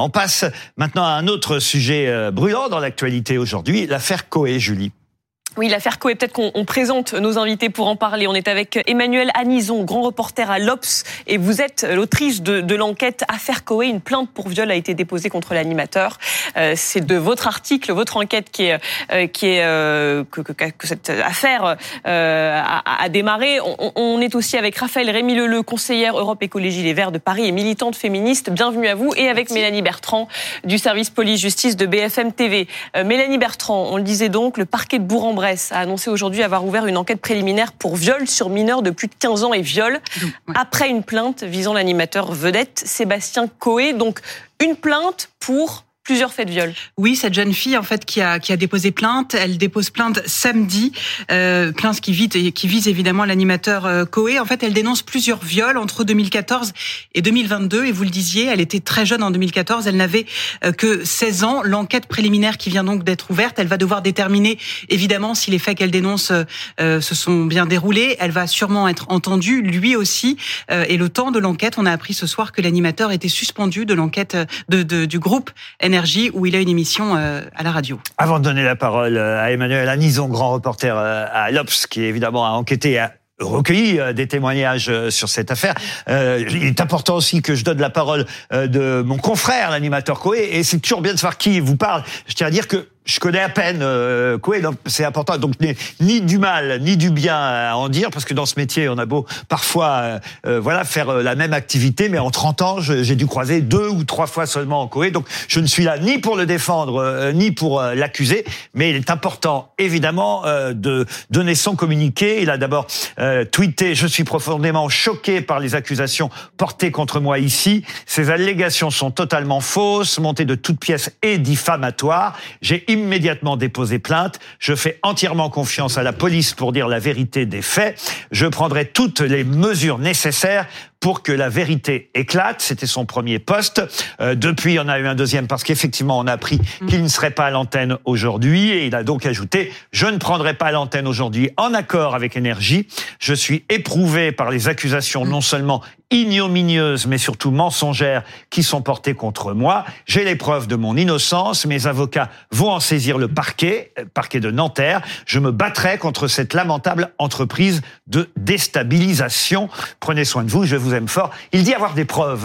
On passe maintenant à un autre sujet brûlant dans l'actualité aujourd'hui, l'affaire Coé, Julie. Oui, l'affaire Coé, peut-être qu'on présente nos invités pour en parler. On est avec Emmanuel Anison, grand reporter à l'Obs, et vous êtes l'autrice de l'enquête Affaire Coé. Une plainte pour viol a été déposée contre l'animateur. C'est de votre article, votre enquête que cette affaire a démarré. On est aussi avec Raphaël Rémy-Leleu, conseillère Europe Écologie Les Verts de Paris et militante féministe. Bienvenue à vous. Et avec Mélanie Bertrand du service police-justice de BFM TV. Mélanie Bertrand, on le disait donc, le parquet de Bourg-en-Bresse a annoncé aujourd'hui avoir ouvert une enquête préliminaire pour viol sur mineur de plus de 15 ans et viol, après une plainte visant l'animateur vedette Sébastien Coé. Donc, une plainte pour plusieurs faits de viol. Oui, cette jeune fille en fait qui a déposé plainte, elle dépose plainte samedi, plainte qui vise évidemment l'animateur Coé. En fait, elle dénonce plusieurs viols entre 2014 et 2022 et vous le disiez, elle était très jeune en 2014, elle n'avait que 16 ans. L'enquête préliminaire qui vient donc d'être ouverte, elle va devoir déterminer évidemment si les faits qu'elle dénonce se sont bien déroulés. Elle va sûrement être entendue, lui aussi. Et le temps de l'enquête, on a appris ce soir que l'animateur était suspendu de l'enquête du groupe Énergie, où il a une émission à la radio. Avant de donner la parole à Emmanuel Anison, grand reporter à l'Obs, qui évidemment a enquêté et a recueilli des témoignages sur cette affaire. Il est important aussi que je donne la parole de mon confrère, l'animateur Coé, et c'est toujours bien de savoir qui vous parle. Je tiens à dire que je connais à peine Coé, donc c'est important. Donc ni du mal ni du bien à en dire, parce que dans ce métier, on a beau parfois faire la même activité, mais en 30 ans, j'ai dû croiser 2 ou 3 fois seulement Coé. Donc je ne suis là ni pour le défendre ni pour l'accuser, mais il est important évidemment de donner son communiqué. Il a d'abord tweeté: je suis profondément choqué par les accusations portées contre moi ici. Ces allégations sont totalement fausses, montées de toutes pièces et diffamatoires. J'ai immédiatement déposé plainte. Je fais entièrement confiance à la police pour dire la vérité des faits. Je prendrai toutes les mesures nécessaires pour que la vérité éclate. C'était son premier post. Depuis, on a eu un deuxième parce qu'effectivement, on a appris qu'il ne serait pas à l'antenne aujourd'hui. Et il a donc ajouté: je ne prendrai pas l'antenne aujourd'hui en accord avec Énergie. Je suis éprouvé par les accusations non seulement ignominieuses, mais surtout mensongères qui sont portées contre moi. J'ai les preuves de mon innocence. Mes avocats vont en saisir le parquet de Nanterre. Je me battrai contre cette lamentable entreprise de déstabilisation. Prenez soin de vous, je vous aime fort. Il dit avoir des preuves,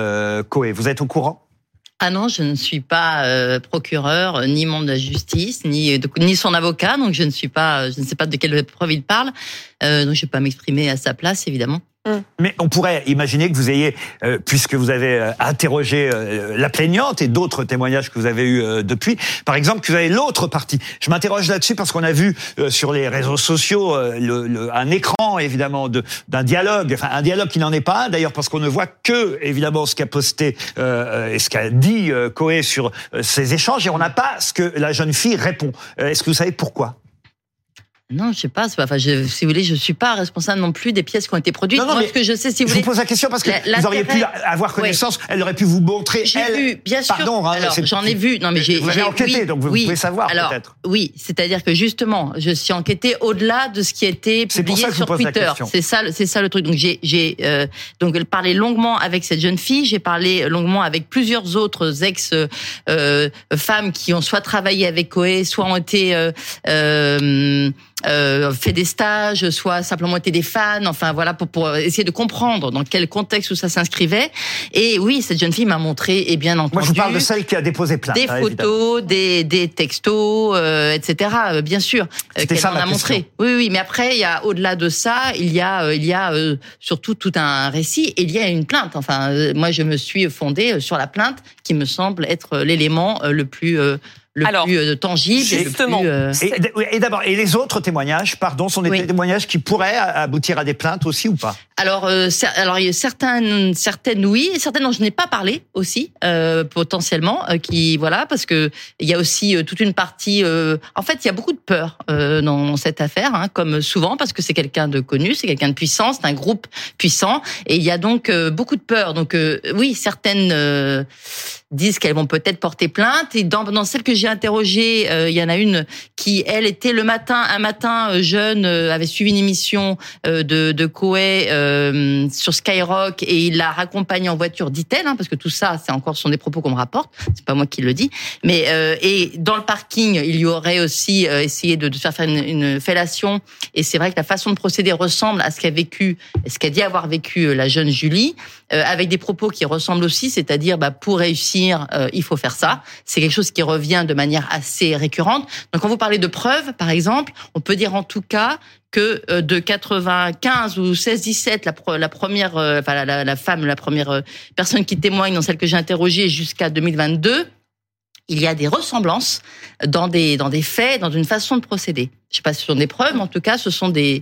Coé. Vous êtes au courant ? Ah non, je ne suis pas procureur, ni membre de la justice, ni son avocat, donc je ne sais pas de quelle preuve il parle. Donc je ne vais pas m'exprimer à sa place, évidemment. Mais on pourrait imaginer que vous ayez, puisque vous avez interrogé la plaignante et d'autres témoignages que vous avez eus depuis, par exemple, que vous avez l'autre partie. Je m'interroge là-dessus parce qu'on a vu sur les réseaux sociaux un écran, évidemment, d'un dialogue, enfin un dialogue qui n'en est pas un, d'ailleurs, parce qu'on ne voit que, évidemment, ce qu'a posté et ce qu'a dit Coé sur ces échanges, et on n'a pas ce que la jeune fille répond. Est-ce que vous savez pourquoi ? Non, je sais pas. Si vous voulez, je suis pas responsable non plus des pièces qui ont été produites. Non, mais ce que je sais, si vous voulez. Je vous pose la question parce que vous auriez pu avoir connaissance. Elle aurait pu vous montrer. J'ai vu, bien sûr. Pardon, alors j'en ai vu. Non, mais vous avez enquêté, donc vous pouvez savoir peut-être. Oui, c'est-à-dire que justement, je suis enquêtée au-delà de ce qui a été publié sur Twitter. C'est ça le truc. Donc j'ai donc parlé longuement avec cette jeune fille. J'ai parlé longuement avec plusieurs autres ex-femmes qui ont soit travaillé avec Coé, soit ont été fait des stages, soit simplement été des fans, enfin voilà, pour essayer de comprendre dans quel contexte où ça s'inscrivait. Et oui, cette jeune fille m'a montré, et bien entendu, moi je vous parle de celle qui a déposé plainte, des photos, des textos, etc. Bien sûr, qu'elle m'en a montré. Oui, mais après il y a au-delà de ça, il y a surtout tout un récit, et il y a une plainte. Enfin, moi je me suis fondée sur la plainte qui me semble être l'élément le plus tangible. Justement. Et d'abord, et les autres témoignages, sont des témoignages qui pourraient aboutir à des plaintes aussi ou pas ? Alors il y a certaines oui, et certaines dont je n'ai pas parlé aussi, potentiellement, parce que il y a aussi toute une partie. En fait, il y a beaucoup de peur dans cette affaire, comme souvent, parce que c'est quelqu'un de connu, c'est quelqu'un de puissant, c'est un groupe puissant, et il y a donc beaucoup de peur. Donc oui, certaines disent qu'elles vont peut-être porter plainte. Et dans celles que j'ai interrogées, il y en a une qui, elle, était un matin jeune, avait suivi une émission de Coé sur Skyrock et il l'a raccompagnée en voiture, dit-elle, parce que tout ça, c'est encore sont des propos qu'on me rapporte, c'est pas moi qui le dis. Mais et dans le parking, il y aurait aussi essayé de faire une fellation. Et c'est vrai que la façon de procéder ressemble à ce qu'a vécu, ce qu'a dit avoir vécu la jeune Julie, avec des propos qui ressemblent aussi, c'est-à-dire pour réussir, il faut faire ça. C'est quelque chose qui revient de manière assez récurrente. Donc quand vous parlez de preuves, par exemple, on peut dire en tout cas que de 95 ou 16-17, la première, la femme, la première personne qui témoigne dans celle que j'ai interrogée jusqu'à 2022, il y a des ressemblances dans des faits, dans une façon de procéder. Je sais pas si ce sont des preuves, mais en tout cas, ce sont des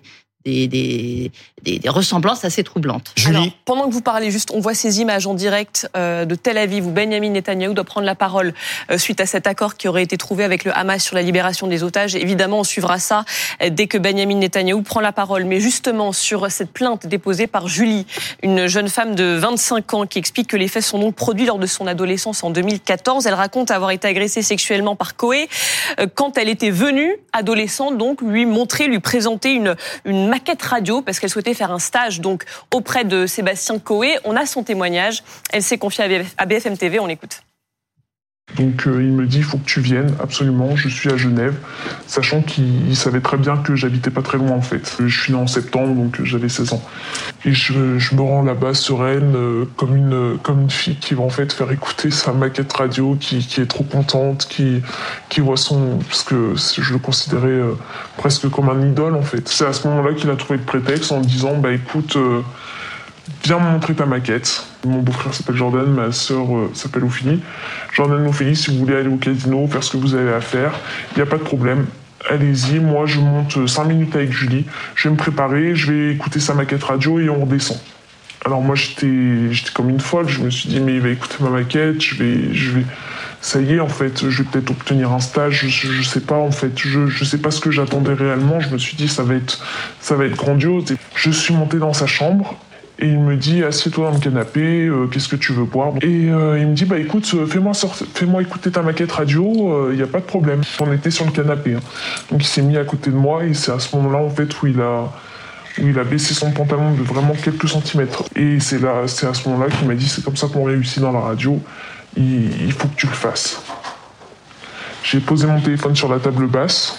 ressemblances assez troublantes. Julie. Alors, pendant que vous parlez, juste, on voit ces images en direct de Tel Aviv où Benyamin Netanyahou doit prendre la parole suite à cet accord qui aurait été trouvé avec le Hamas sur la libération des otages. Évidemment, on suivra ça dès que Benyamin Netanyahou prend la parole. Mais justement, sur cette plainte déposée par Julie, une jeune femme de 25 ans qui explique que les faits sont donc produits lors de son adolescence en 2014. Elle raconte avoir été agressée sexuellement par Coé quand elle était venue, adolescente, donc lui présenter une maquette radio parce qu'elle souhaitait faire un stage donc auprès de Sébastien Coé. On a son témoignage. Elle s'est confiée à BFM TV. On l'écoute. Donc il me dit, il faut que tu viennes, absolument, je suis à Genève, sachant qu'il savait très bien que j'habitais pas très loin en fait. Je suis né en septembre, donc j'avais 16 ans. Et je me rends là-bas sereine, comme une fille qui va en fait faire écouter sa maquette radio, qui est trop contente, qui voit parce que je le considérais presque comme un idole en fait. C'est à ce moment-là qu'il a trouvé le prétexte en me disant, écoute, viens me montrer ta maquette. Mon beau-frère s'appelle Jordan, ma sœur s'appelle Ophélie. Jordan et Ophélie, si vous voulez aller au casino, faire ce que vous avez à faire, il n'y a pas de problème. Allez-y, moi je monte 5 minutes avec Julie, je vais me préparer, je vais écouter sa maquette radio et on redescend. Alors moi j'étais comme une folle, je me suis dit mais il va écouter ma maquette, je vais ça y est en fait, je vais peut-être obtenir un stage, je sais pas en fait, je sais pas ce que j'attendais réellement, je me suis dit ça va être grandiose. Et je suis monté dans sa chambre. Et il me dit, assieds-toi dans le canapé, qu'est-ce que tu veux boire ? Et il me dit, écoute, fais-moi écouter ta maquette radio, il n'y a pas de problème. On était sur le canapé. Donc il s'est mis à côté de moi et c'est à ce moment-là, en fait, où il a baissé son pantalon de vraiment quelques centimètres. Et c'est à ce moment-là qu'il m'a dit, c'est comme ça qu'on réussit dans la radio, il faut que tu le fasses. J'ai posé mon téléphone sur la table basse.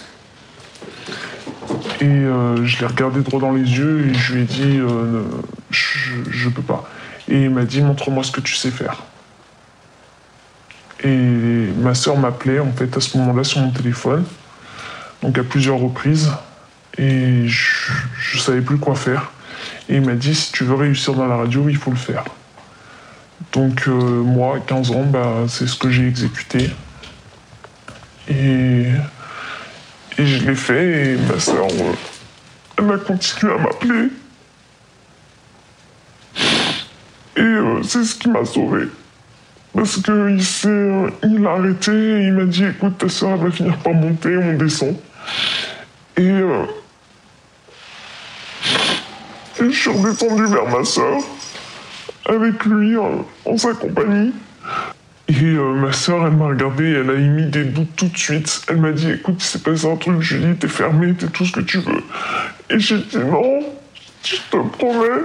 Et je l'ai regardé droit dans les yeux et je lui ai dit je peux pas. Et il m'a dit montre-moi ce que tu sais faire. Et ma sœur m'appelait en fait à ce moment-là sur mon téléphone, donc à plusieurs reprises, et je savais plus quoi faire. Et il m'a dit si tu veux réussir dans la radio, il faut le faire. Donc moi, à 15 ans, c'est ce que j'ai exécuté. Et je l'ai fait et ma sœur, elle a continué à m'appeler. Et c'est ce qui m'a sauvé. Parce qu'il a arrêté et il m'a dit écoute, ta sœur elle va finir par monter, on descend. Et je suis redescendu vers ma sœur, avec lui, en sa compagnie. Et ma sœur, elle m'a regardé et elle a émis des doutes tout de suite. Elle m'a dit, écoute, il s'est passé un truc, Julie, t'es fermée, t'es tout ce que tu veux. Et j'ai dit, non, je te promets.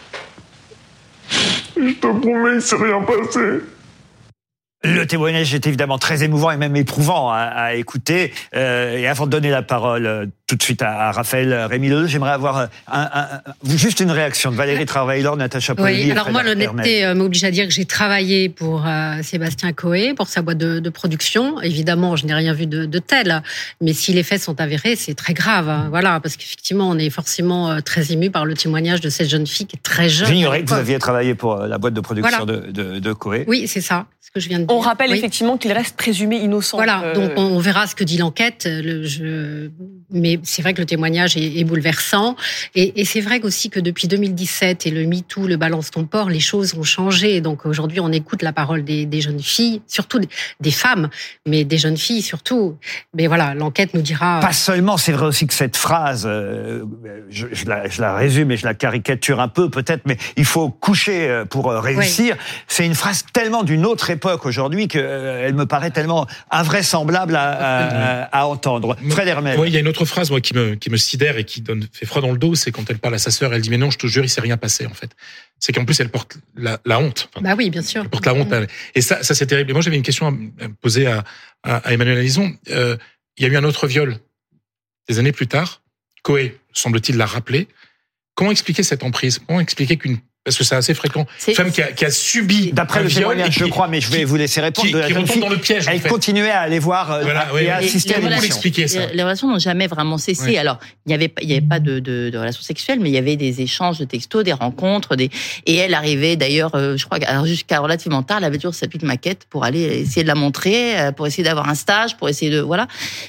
Je te promets, il s'est rien passé. Le témoignage est évidemment très émouvant et même éprouvant à écouter. Et avant de donner la parole tout de suite à Raphaël Rémy-Leleu, j'aimerais avoir juste une réaction de Valérie Traoré-Laure, Natacha Polony. Oui, alors moi, l'honnêteté m'oblige à dire que j'ai travaillé pour Sébastien Coé, pour sa boîte de production. Évidemment, je n'ai rien vu de tel, mais si les faits sont avérés, c'est très grave. Voilà, parce qu'effectivement, on est forcément très ému par le témoignage de cette jeune fille qui est très jeune. J'ignorais que vous aviez travaillé pour la boîte de production de Coé. Oui, c'est ça, ce que je viens de dire. On rappelle effectivement qu'il reste présumé innocent. Voilà, donc on verra ce que dit l'enquête. Mais c'est vrai que le témoignage est bouleversant. Et c'est vrai aussi que depuis 2017 et le MeToo, le Balance ton port, les choses ont changé. Donc aujourd'hui, on écoute la parole des jeunes filles, surtout des femmes, mais des jeunes filles surtout. Mais voilà, l'enquête nous dira... Pas seulement, c'est vrai aussi que cette phrase, je la résume et je la caricature un peu peut-être, mais il faut coucher pour réussir. Oui. C'est une phrase tellement d'une autre époque aujourd'hui qu'elle me paraît tellement invraisemblable à entendre. Fred Hermel. Oui, il y a une autre phrase phrase moi qui me sidère et qui fait froid dans le dos, c'est quand elle parle à sa sœur, elle dit mais non, je te jure, il s'est rien passé en fait. C'est qu'en plus elle porte la honte. Enfin, bah oui, bien sûr. Elle porte la honte. Et ça c'est terrible. Et moi j'avais une question à poser à Emmanuel Alison. Il y a eu un autre viol des années plus tard. Coé, semble-t-il, l'a rappelé. Comment expliquer cette emprise? Comment expliquer parce que c'est assez fréquent. Une femme qui a subi d'après le témoignage, je crois, mais je vais vous laisser répondre. Qui retombe dans le piège. Elle continuait à aller voir et à assister à l'émission. Les relations n'ont jamais vraiment cessé. Oui. Alors, il n'y avait pas de relations sexuelles, mais il y avait des échanges de textos, des rencontres, et elle arrivait d'ailleurs, je crois, jusqu'à relativement tard, elle avait toujours sa petite maquette pour aller essayer de la montrer, pour essayer d'avoir un stage, pour essayer de, voilà.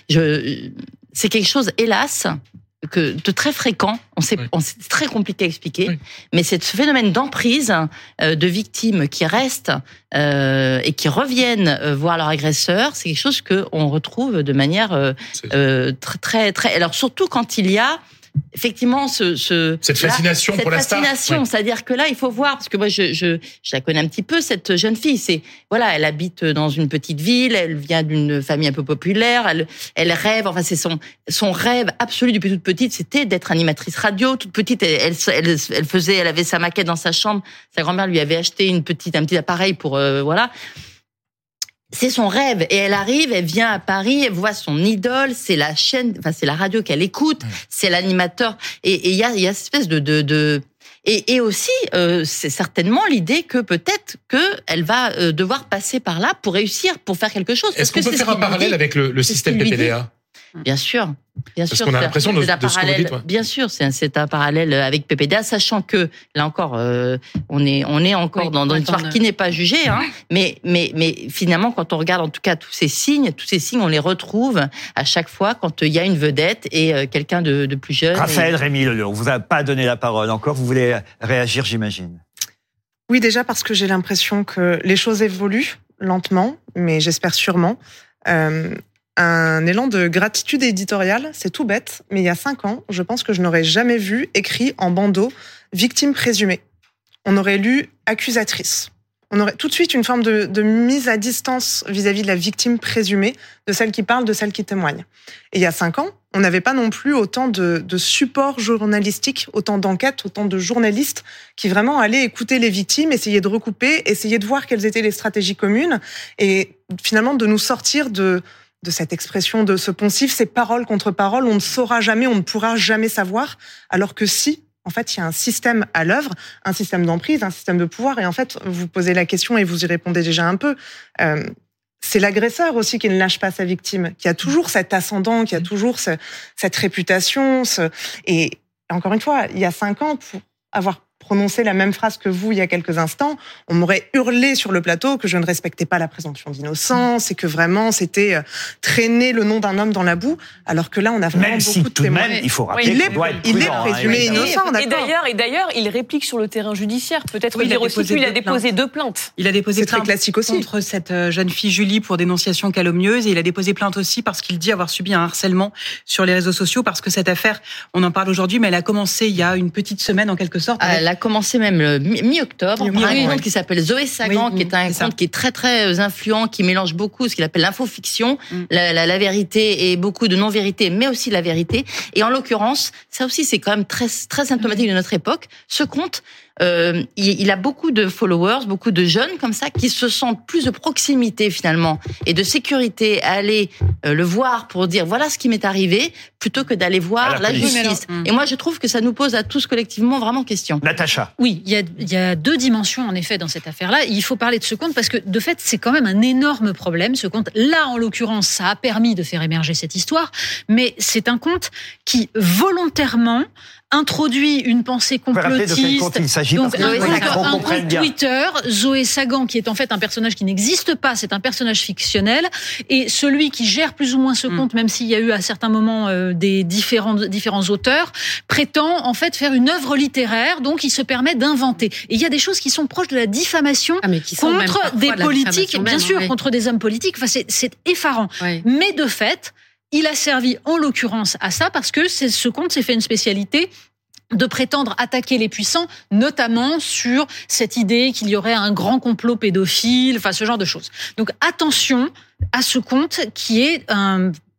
C'est quelque chose, hélas, de très fréquent, c'est très compliqué à expliquer, mais c'est ce phénomène d'emprise de victimes qui restent et qui reviennent voir leur agresseur, c'est quelque chose qu'on retrouve de manière très, très... Alors surtout quand il y a effectivement cette fascination pour la star. Cette fascination, c'est-à-dire que là, il faut voir, parce que moi, je la connais un petit peu, cette jeune fille. Elle habite dans une petite ville, elle vient d'une famille un peu populaire, elle rêve, enfin, c'est son rêve absolu depuis toute petite, c'était d'être animatrice radio. Toute petite, elle avait sa maquette dans sa chambre, sa grand-mère lui avait acheté un petit appareil pour, voilà. C'est son rêve. Et elle arrive, elle vient à Paris, elle voit son idole, c'est la chaîne, enfin, c'est la radio qu'elle écoute, c'est l'animateur. Et il y a cette espèce et aussi, c'est certainement l'idée que peut-être qu'elle va devoir passer par là pour réussir, pour faire quelque chose. Est-ce qu'on peut faire un parallèle avec le système PPDA? Bien sûr. Parce qu'on a l'impression de ce que vous dites. Bien sûr, c'est un parallèle avec PPDA, sachant que, là encore, on est encore dans une histoire qui n'est pas jugée, hein, mais finalement, quand on regarde en tout cas tous ces signes, on les retrouve à chaque fois quand il y a une vedette et quelqu'un de plus jeune. Raphaël Rémy Leleu, on vous a pas donné la parole encore, vous voulez réagir, j'imagine. Oui, déjà parce que j'ai l'impression que les choses évoluent lentement, mais j'espère sûrement. Un élan de gratitude éditoriale, c'est tout bête, mais il y a 5 ans, je pense que je n'aurais jamais vu écrit en bandeau « victime présumée ». On aurait lu « accusatrice ». On aurait tout de suite une forme de mise à distance vis-à-vis de la victime présumée, de celle qui parle, de celle qui témoigne. Et il y a 5 ans, on n'avait pas non plus autant de supports journalistiques, autant d'enquêtes, autant de journalistes qui vraiment allaient écouter les victimes, essayer de recouper, essayer de voir quelles étaient les stratégies communes et finalement de nous sortir de cette expression, de ce poncif, c'est parole contre parole, on ne saura jamais, on ne pourra jamais savoir, alors que si, en fait, il y a un système à l'œuvre, un système d'emprise, un système de pouvoir, et en fait, vous posez la question et vous y répondez déjà un peu, c'est l'agresseur aussi qui ne lâche pas sa victime, qui a toujours cet ascendant, qui a toujours cette réputation, et encore une fois, il y a 5 ans, pour avoir prononcé la même phrase que vous il y a quelques instants, on m'aurait hurlé sur le plateau que je ne respectais pas la présomption d'innocence et que vraiment c'était traîner le nom d'un homme dans la boue, alors que là on a vraiment même beaucoup si de témoins. Même, il faut rappeler qu'il est présumé innocent, d'accord. Et d'ailleurs, il réplique sur le terrain judiciaire. Peut-être dire aussi qu'il a déposé 2 plaintes. Il a déposé plainte classique aussi contre cette jeune fille Julie pour dénonciation calomnieuse, et il a déposé plainte aussi parce qu'il dit avoir subi un harcèlement sur les réseaux sociaux, parce que cette affaire, on en parle aujourd'hui, mais elle a commencé il y a une petite semaine en quelque sorte. Elle a commencé même mi-octobre par un compte qui s'appelle Zoé Sagan, qui est un compte qui est très très influent, qui mélange beaucoup ce qu'il appelle l'infofiction, la vérité et beaucoup de non-vérité, mais aussi la vérité. Et en l'occurrence, ça aussi c'est quand même très très symptomatique de notre époque. Ce compte, il a beaucoup de followers, beaucoup de jeunes comme ça qui se sentent plus de proximité finalement et de sécurité à aller le voir pour dire voilà ce qui m'est arrivé, plutôt que d'aller voir la justice. Et moi je trouve que ça nous pose à tous collectivement vraiment question. Natacha. Oui, il y a 2 dimensions en effet dans cette affaire-là. Il faut parler de ce compte parce que de fait c'est quand même un énorme problème. Ce compte, là en l'occurrence, ça a permis de faire émerger cette histoire, mais c'est un compte qui volontairement introduit une pensée complotiste. De quel compte il s'agit? Donc, un compte Twitter, Zoé Sagan, qui est en fait un personnage qui n'existe pas, c'est un personnage fictionnel, et celui qui gère plus ou moins ce compte, même s'il y a eu à certains moments des différents auteurs, prétend en fait faire une œuvre littéraire, donc il se permet d'inventer. Et il y a des choses qui sont proches de la diffamation contre des politiques, bien sûr, contre des hommes politiques. Enfin, c'est effarant. Oui. Mais de fait, il a servi en l'occurrence à ça parce que ce compte s'est fait une spécialité de prétendre attaquer les puissants, notamment sur cette idée qu'il y aurait un grand complot pédophile, enfin ce genre de choses. Donc attention à ce compte qui est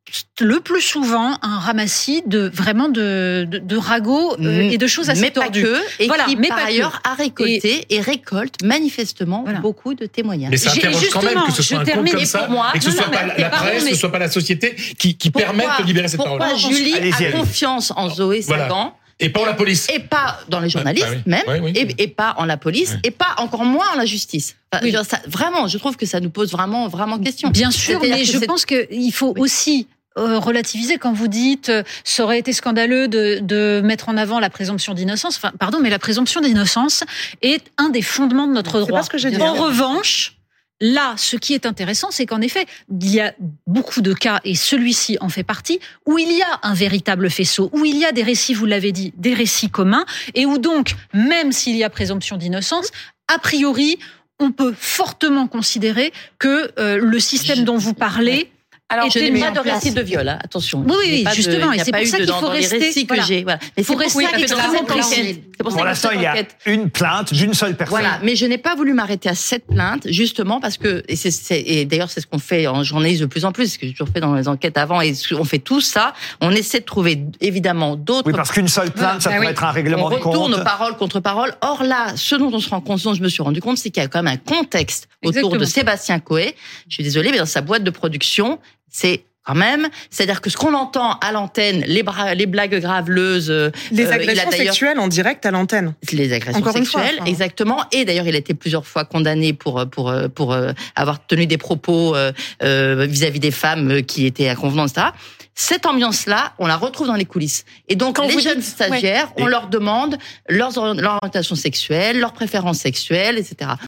le plus souvent un ramassis de ragots et de choses assez tordues. Mais pas que, et voilà, qui mais par pas ailleurs a récolté et récolte manifestement beaucoup de témoignages. Mais ça interroge quand même que ce soit un compte comme ça, moi, et que ce soit pas la presse, que ce soit pas la société qui permette de libérer cette parole. Pourquoi Julie a confiance en Zoé Sagan et pas en la police. Et pas dans les journalistes, et pas en la police, et pas encore moins en la justice. Enfin, vraiment, je trouve que ça nous pose vraiment question. Bien sûr, mais je pense qu'il faut aussi relativiser quand vous dites ça aurait été scandaleux de mettre en avant la présomption d'innocence. Enfin, pardon, mais la présomption d'innocence est un des fondements de notre droit. C'est pas ce que j'ai dit. En revanche, là, ce qui est intéressant, c'est qu'en effet, il y a beaucoup de cas, et celui-ci en fait partie, où il y a un véritable faisceau, où il y a des récits, vous l'avez dit, des récits communs, et où donc, même s'il y a présomption d'innocence, a priori, on peut fortement considérer que le système dont vous parlez... Alors, je n'ai pas de récit de viol, hein, attention. Oui, justement, et c'est pour ça qu'il faut rester... Il faut rester extrêmement précis. Pour l'instant, il y a une plainte d'une seule personne. Voilà, mais je n'ai pas voulu m'arrêter à cette plainte, justement parce que, et d'ailleurs c'est ce qu'on fait en journaliste de plus en plus, ce que j'ai toujours fait dans les enquêtes avant, et on fait tout ça, on essaie de trouver évidemment d'autres... Oui, parce qu'une seule plainte, ça pourrait être un règlement de compte. On retourne parole contre parole. Or là, ce dont on se rend compte, dont je me suis rendu compte, c'est qu'il y a quand même un contexte autour de Sébastien Coé. Je suis désolée, mais dans sa boîte de production, c'est quand même, c'est-à-dire que ce qu'on entend à l'antenne, les blagues graveleuses, les agressions sexuelles en direct à l'antenne. Les agressions sexuelles, exactement. Et d'ailleurs, il a été plusieurs fois condamné pour avoir tenu des propos vis-à-vis des femmes qui étaient inconvenantes, etc. Cette ambiance-là, on la retrouve dans les coulisses. Et donc, les jeunes stagiaires, on leur demande leur orientation sexuelle, leurs préférences sexuelles, etc.